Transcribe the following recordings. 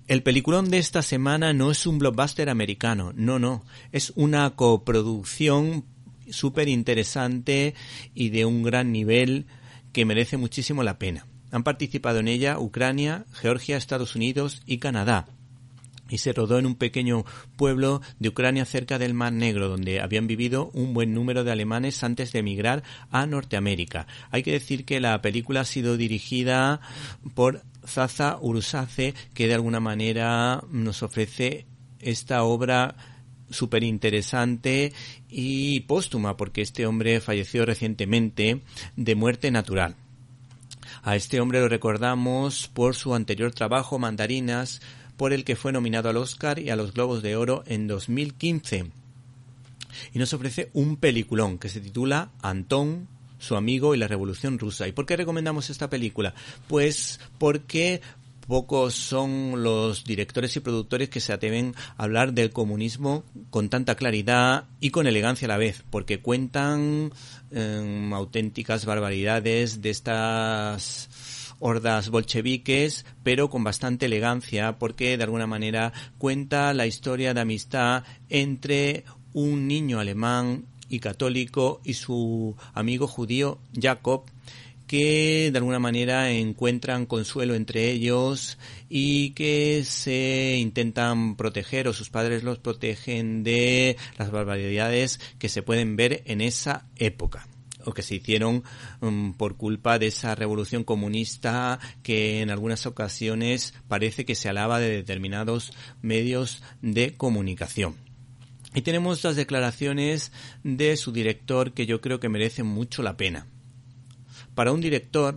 El peliculón de esta semana no es un blockbuster americano, no. Es una coproducción súper interesante y de un gran nivel que merece muchísimo la pena. Han participado en ella Ucrania, Georgia, Estados Unidos y Canadá. Y se rodó en un pequeño pueblo de Ucrania cerca del Mar Negro, donde habían vivido un buen número de alemanes antes de emigrar a Norteamérica. Hay que decir que la película ha sido dirigida por Zaza Urusace, que de alguna manera nos ofrece esta obra súper interesante y póstuma, porque este hombre falleció recientemente de muerte natural. A este hombre lo recordamos por su anterior trabajo, Mandarinas, por el que fue nominado al Oscar y a los Globos de Oro en 2015. Y nos ofrece un peliculón que se titula Antón, su amigo y la Revolución Rusa. ¿Y por qué recomendamos esta película? Pues porque pocos son los directores y productores que se atreven a hablar del comunismo con tanta claridad y con elegancia a la vez, porque cuentan auténticas barbaridades de estas hordas bolcheviques, pero con bastante elegancia, porque de alguna manera cuenta la historia de amistad entre un niño alemán y católico y su amigo judío Jacob, que de alguna manera encuentran consuelo entre ellos y que se intentan proteger, o sus padres los protegen de las barbaridades que se pueden ver en esa época, o que se hicieron por culpa de esa revolución comunista que en algunas ocasiones parece que se alaba de determinados medios de comunicación. Y tenemos las declaraciones de su director que yo creo que merecen mucho la pena. Para un director,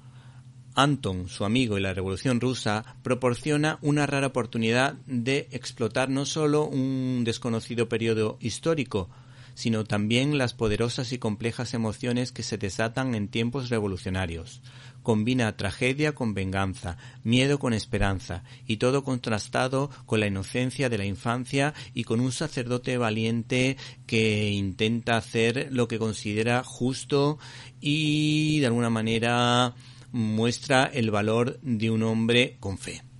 Antón, su amigo y la Revolución Rusa proporciona una rara oportunidad de explotar no solo un desconocido periodo histórico, sino también las poderosas y complejas emociones que se desatan en tiempos revolucionarios. Combina tragedia con venganza, miedo con esperanza, y todo contrastado con la inocencia de la infancia y con un sacerdote valiente que intenta hacer lo que considera justo y de alguna manera muestra el valor de un hombre con fe.